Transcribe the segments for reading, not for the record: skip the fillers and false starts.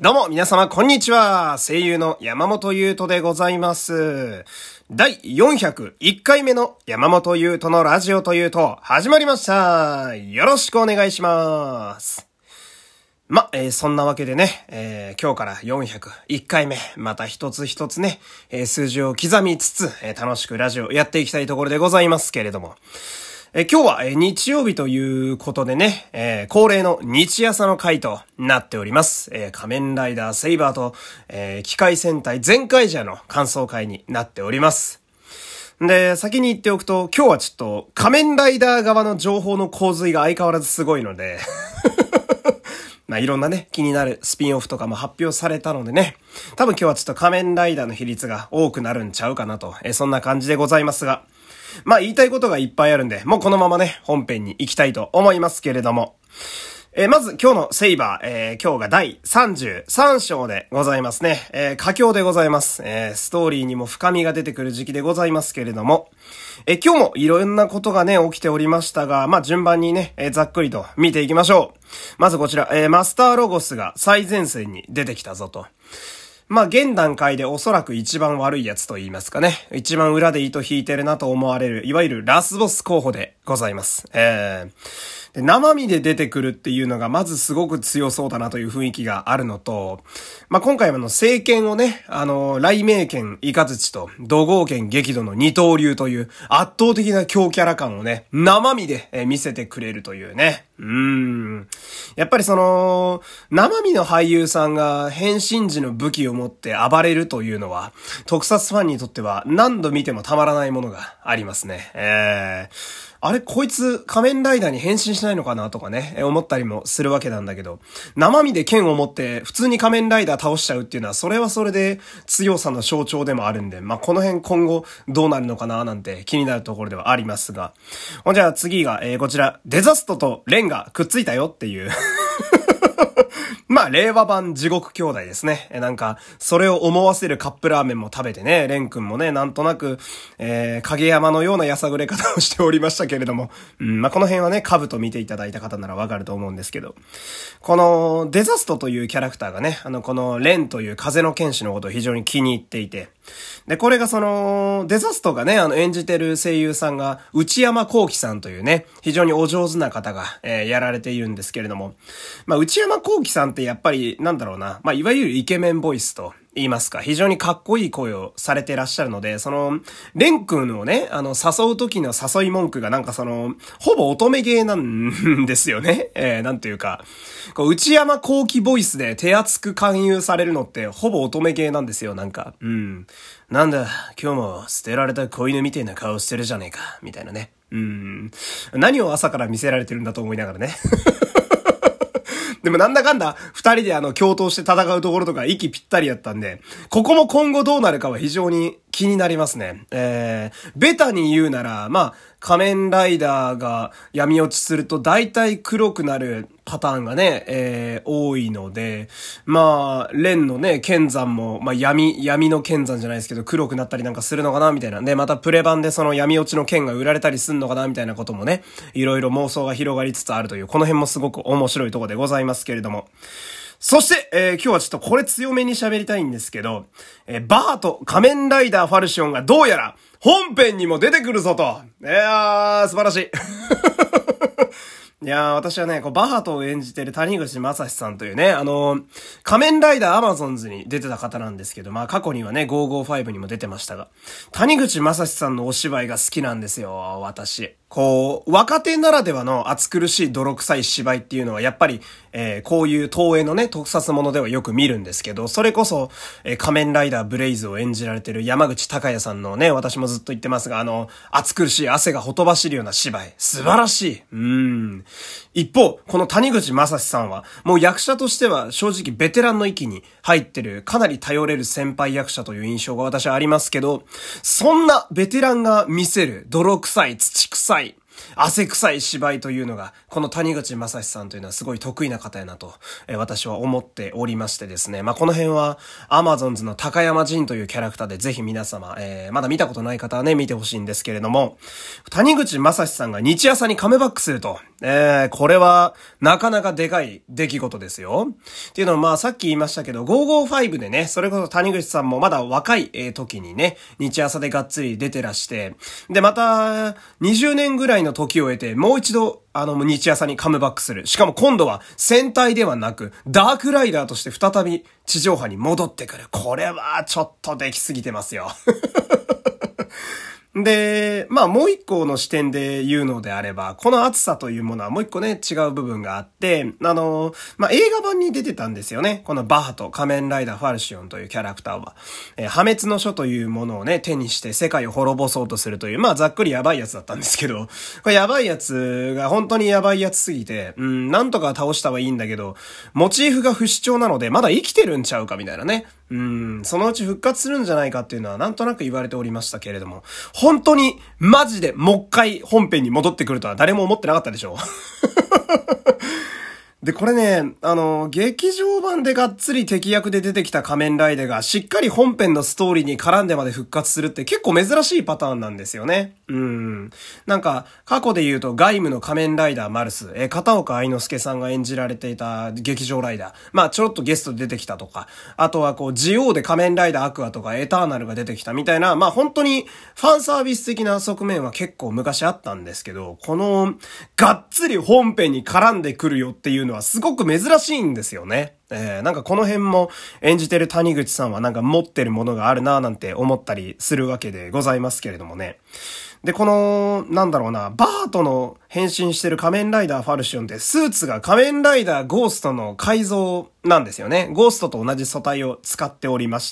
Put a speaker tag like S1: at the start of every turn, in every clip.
S1: どうも皆様こんにちは。声優の山本優斗でございます。第401回目の山本優斗のラジオというと始まりました。よろしくお願いします。そんなわけでね、今日から401回目、また一つ一つね、数字を刻みつつ、楽しくラジオやっていきたいところでございますけれども、今日は日曜日ということでね、恒例の日朝の回となっております。仮面ライダーセイバーと、機械戦隊ゼンカイジャーの感想会になっております。で、先に言っておくと、今日はちょっと仮面ライダー側の情報の洪水が相変わらずすごいので、いろんなね、気になるスピンオフとかも発表されたのでね、多分今日はちょっと仮面ライダーの比率が多くなるんちゃうかなと、そんな感じでございますが、言いたいことがいっぱいあるんで、もうこのままね、本編に行きたいと思いますけれども。まず今日のセイバー、今日が第33章でございますね。佳境でございます。ストーリーにも深みが出てくる時期でございますけれども。今日もいろんなことがね、起きておりましたが、順番にね、ざっくりと見ていきましょう。まずこちら、マスターロゴスが最前線に出てきたぞと。現段階でおそらく一番悪いやつと言いますかね。一番裏で糸引いてるなと思われる、いわゆるラスボス候補でございます。で生身で出てくるっていうのがまずすごく強そうだなという雰囲気があるのと、今回は聖剣をね、雷鳴剣イカズチと怒号剣激怒の二刀流という圧倒的な強キャラ感をね、生身で見せてくれるというね。やっぱり生身の俳優さんが変身時の武器を持って暴れるというのは、特撮ファンにとっては何度見てもたまらないものがありますね。あれこいつ仮面ライダーに変身しないのかなとかね、思ったりもするわけなんだけど、生身で剣を持って普通に仮面ライダー倒しちゃうっていうのは、それはそれで強さの象徴でもあるんで、この辺今後どうなるのかななんて気になるところではありますが。じゃあ次が、こちら、デザストとレンがくっついたよっていう。令和版地獄兄弟ですね。それを思わせるカップラーメンも食べてね、レン君もね、なんとなく、影山のようなやさぐれ方をしておりましたけれども、この辺はね、兜見ていただいた方ならわかると思うんですけど、この、デザストというキャラクターがね、このレンという風の剣士のことを非常に気に入っていて、で、これがデザストがね、演じてる声優さんが、内山幸輝さんというね、非常にお上手な方が、やられているんですけれども、内山幸輝さんってやっぱり、いわゆるイケメンボイスと言いますか、非常にかっこいい声をされてらっしゃるので、レン君をね、誘う時の誘い文句がほぼ乙女芸なんですよね。なんていうか、内山幸輝ボイスで手厚く勧誘されるのって、ほぼ乙女芸なんですよ、なんだ、今日も捨てられた子犬みたいな顔してるじゃねえか、みたいなね。何を朝から見せられてるんだと思いながらね。でもなんだかんだ、二人で共闘して戦うところとか息ぴったりやったんで、ここも今後どうなるかは非常に気になりますね。ベタに言うなら、仮面ライダーが闇落ちすると大体黒くなるパターンがね、多いので、レンのね、剣山も、闇の剣山じゃないですけど、黒くなったりするのかなみたいな。で、またプレ版でその闇落ちの剣が売られたりすんのかなみたいなこともね、いろいろ妄想が広がりつつあるという、この辺もすごく面白いところでございますけれども。そして、今日はちょっとこれ強めに喋りたいんですけど、バーと仮面ライダーファルシオンがどうやら本編にも出てくるぞと。素晴らしい。私はね、バハトを演じてる谷口正史さんというね、仮面ライダーアマゾンズに出てた方なんですけど、過去にはね、555にも出てましたが、谷口正史さんのお芝居が好きなんですよ、私。若手ならではの暑苦しい泥臭い芝居っていうのはやっぱり、こういう東映のね、特撮ものではよく見るんですけど、それこそ、仮面ライダーブレイズを演じられてる山口隆也さんのね、私もずっと言ってますが、暑苦しい汗がほとばしるような芝居、素晴らしい。一方、この谷口正史さんは、もう役者としては正直ベテランの域に入ってる、かなり頼れる先輩役者という印象が私はありますけど、そんなベテランが見せる泥臭い、土臭い、 汗臭い芝居というのが、この谷口正史さんというのはすごい得意な方やなと、私は思っておりましてですね。この辺は、アマゾンズの高山仁というキャラクターでぜひ皆様、まだ見たことない方はね、見てほしいんですけれども、谷口正史さんが日朝にカムバックすると、これは、なかなかでかい出来事ですよ。っていうのはさっき言いましたけど、555でね、それこそ谷口さんもまだ若い時にね、日朝でがっつり出てらして、で、また、20年ぐらいの時を経て、もう一度、日朝にカムバックする。しかも今度は戦隊ではなく、ダークライダーとして再び地上波に戻ってくる。これはちょっとできすぎてますよ。で、もう一個の視点で言うのであれば、この熱さというものはもう一個ね、違う部分があって、映画版に出てたんですよね。このバハと仮面ライダーファルシオンというキャラクターは。破滅の書というものをね、手にして世界を滅ぼそうとするという、ざっくりやばいやつだったんですけど、これやばいやつが本当にやばいやつすぎて、なんとか倒したはいいんだけど、モチーフが不死鳥なので、まだ生きてるんちゃうかみたいなね。そのうち復活するんじゃないかっていうのはなんとなく言われておりましたけれども、本当にマジでもう一回本編に戻ってくるとは誰も思ってなかったでしょ。で、これね、劇場版でがっつり敵役で出てきた仮面ライダーがしっかり本編のストーリーに絡んでまで復活するって結構珍しいパターンなんですよね。なんか、過去で言うと外務の仮面ライダーマルス、片岡愛之助さんが演じられていた劇場ライダー。ちょろっとゲストで出てきたとか、あとはジオウで仮面ライダーアクアとかエターナルが出てきたみたいな、本当にファンサービス的な側面は結構昔あったんですけど、この、がっつり本編に絡んでくるよっていうのはすごく珍しいんですよね。なんかこの辺も演じてる谷口さんはなんか持ってるものがあるなぁなんて思ったりするわけでございますけれどもね。で、この、バートの変身してる仮面ライダーファルシオンってスーツが仮面ライダーゴーストの改造なんですよね。ゴーストと同じ素体を使っておりまして、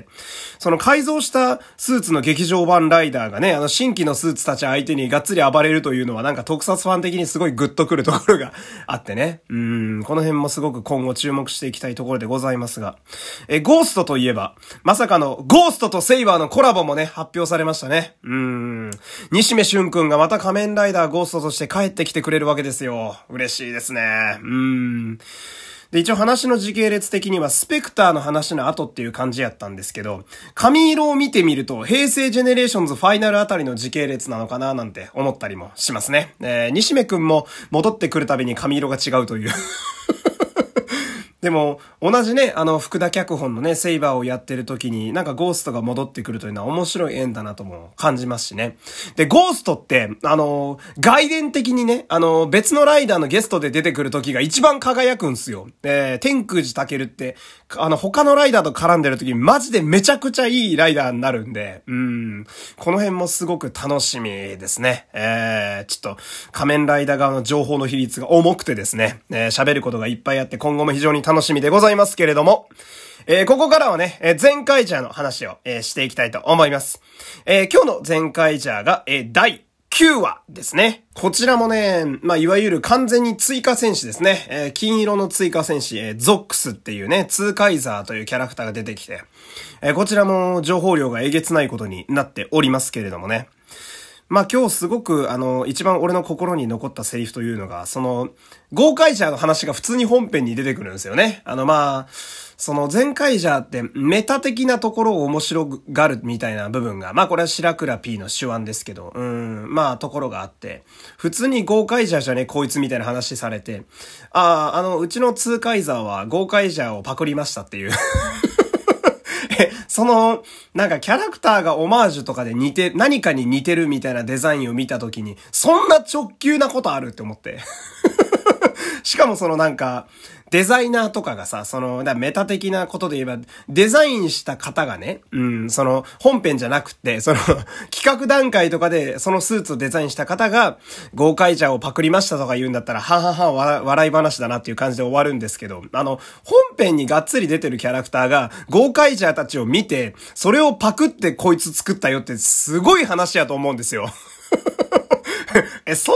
S1: その改造したスーツの劇場版ライダーがね、新規のスーツたち相手にがっつり暴れるというのはなんか特撮ファン的にすごいグッとくるところがあってね。この辺もすごく今後注目していきたいところでございますが。ゴーストといえば、まさかのゴーストとセイバーのコラボもね、発表されましたね。西目俊くんがまた仮面ライダーゴーストとして帰ってきてくれるわけですよ。嬉しいですね。で、一応話の時系列的にはスペクターの話の後っていう感じやったんですけど、髪色を見てみると平成ジェネレーションズファイナルあたりの時系列なのかななんて思ったりもしますね。西目くんも戻ってくるたびに髪色が違うという。でも、同じね、福田脚本のね、セイバーをやってる時に、なんかゴーストが戻ってくるというのは面白い縁だなとも感じますしね。で、ゴーストって、外伝的にね、別のライダーのゲストで出てくる時が一番輝くんすよ。天空寺健って、他のライダーと絡んでる時マジでめちゃくちゃいいライダーになるんで、この辺もすごく楽しみですね。ちょっと、仮面ライダー側の情報の比率が重くてですね、喋ることがいっぱいあって今後も非常に楽しみでございますけれども、ここからはね、ゼンカイジャーの話を、していきたいと思います。今日のゼンカイジャーが、第9話ですね。こちらもね、いわゆる完全に追加戦士ですね。金色の追加戦士、ゾックスっていうね、ツーカイザーというキャラクターが出てきて、こちらも情報量がえげつないことになっておりますけれどもね。今日すごく一番俺の心に残ったセリフというのが、ゴーカイジャーの話が普通に本編に出てくるんですよね。ゼンカイジャーってメタ的なところを面白がるみたいな部分が、これは白倉 P の手腕ですけど、ところがあって、普通にゴーカイジャーじゃねこいつみたいな話されて、うちのツーカイザーはゴーカイジャーをパクりましたっていう。なんかキャラクターがオマージュとかで何かに似てるみたいなデザインを見たときに、そんな直球なことあるって思って。しかもデザイナーとかがさ、メタ的なことで言えば、デザインした方がね、本編じゃなくて、企画段階とかで、そのスーツをデザインした方が、ゴーカイジャーをパクりましたとか言うんだったら、ははは、笑い話だなっていう感じで終わるんですけど、本編にがっつり出てるキャラクターが、ゴーカイジャーたちを見て、それをパクってこいつ作ったよって、すごい話やと思うんですよ。そんなこと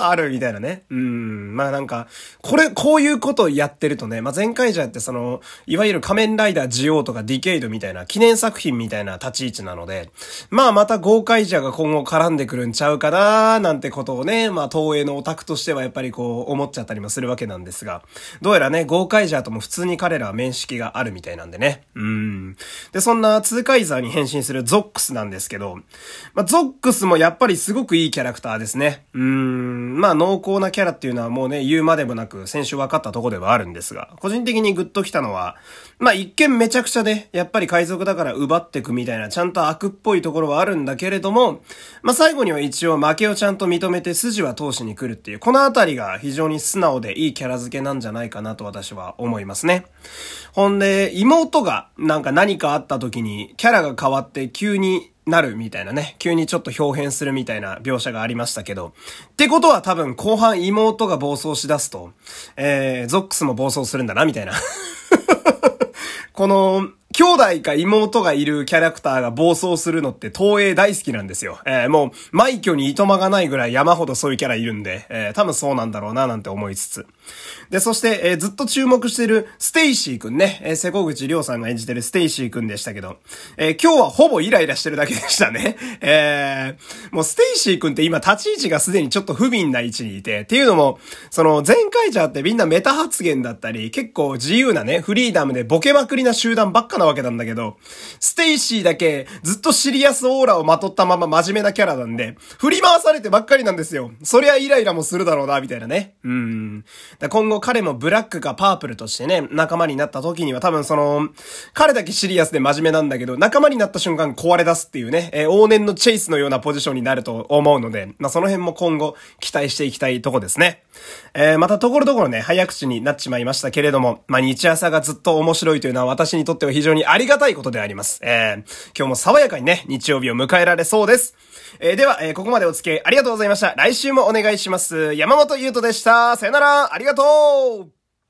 S1: あるみたいなね。まあなんか、こういうことをやってるとね、まあ前回じゃっていわゆる仮面ライダージオウとかディケイドみたいな記念作品みたいな立ち位置なので、まあまたゴーカイジャーが今後絡んでくるんちゃうかなーなんてことをね、まあ東映のオタクとしてはやっぱりこう思っちゃったりもするわけなんですが、どうやらね、ゴーカイジャーとも普通に彼らは面識があるみたいなんでね。で、そんなツーカイザーに変身するゾックスなんですけど、まあゾックスもやっぱりすごくいいキャラクターですね。まあ濃厚なキャラっていうのはもうね、言うまでもなく先週分かったとこではあるんですが、個人的にグッときたのは、まあ一見めちゃくちゃね、やっぱり海賊だから奪ってくみたいなちゃんと悪っぽいところはあるんだけれども、まあ最後には一応負けをちゃんと認めて筋は通しに来るっていう、このあたりが非常に素直でいいキャラ付けなんじゃないかなと私は思いますね。ほんで、妹が何かあった時にキャラが変わって急になるみたいなね。急にちょっと表変するみたいな描写がありましたけど。ってことは多分後半妹が暴走しだすと、ゾックスも暴走するんだなみたいな。この、兄弟か妹がいるキャラクターが暴走するのって東映大好きなんですよ。もう、枚挙にいとまがないぐらい山ほどそういうキャラいるんで、多分そうなんだろうななんて思いつつ。で、そして、ずっと注目してるステイシーくんね、瀬古口亮さんが演じてるステイシーくんでしたけど、今日はほぼイライラしてるだけでしたね。もうステイシーくんって今立ち位置がすでにちょっと不憫な位置にいて、っていうのも、前回じゃってみんなメタ発言だったり、結構自由なね、フリーダムでボケまくりな集団ばっかなわけなんだけど、ステイシーだけずっとシリアスオーラをまとったまま真面目なキャラなんで、振り回されてばっかりなんですよ。そりゃイライラもするだろうな、みたいなね。今後彼もブラックかパープルとしてね、仲間になった時には多分彼だけシリアスで真面目なんだけど、仲間になった瞬間壊れ出すっていうね、往年のチェイスのようなポジションになると思うので、まあその辺も今後期待していきたいとこですね。またところどころね、早口になっちまいましたけれども、まあ日朝がずっと面白いというのは私にとっては非常にありがたいことであります。今日も爽やかにね、日曜日を迎えられそうです。では、ここまでお付き合いありがとうございました。来週もお願いします。山本優斗でした。さよなら、ありがとう。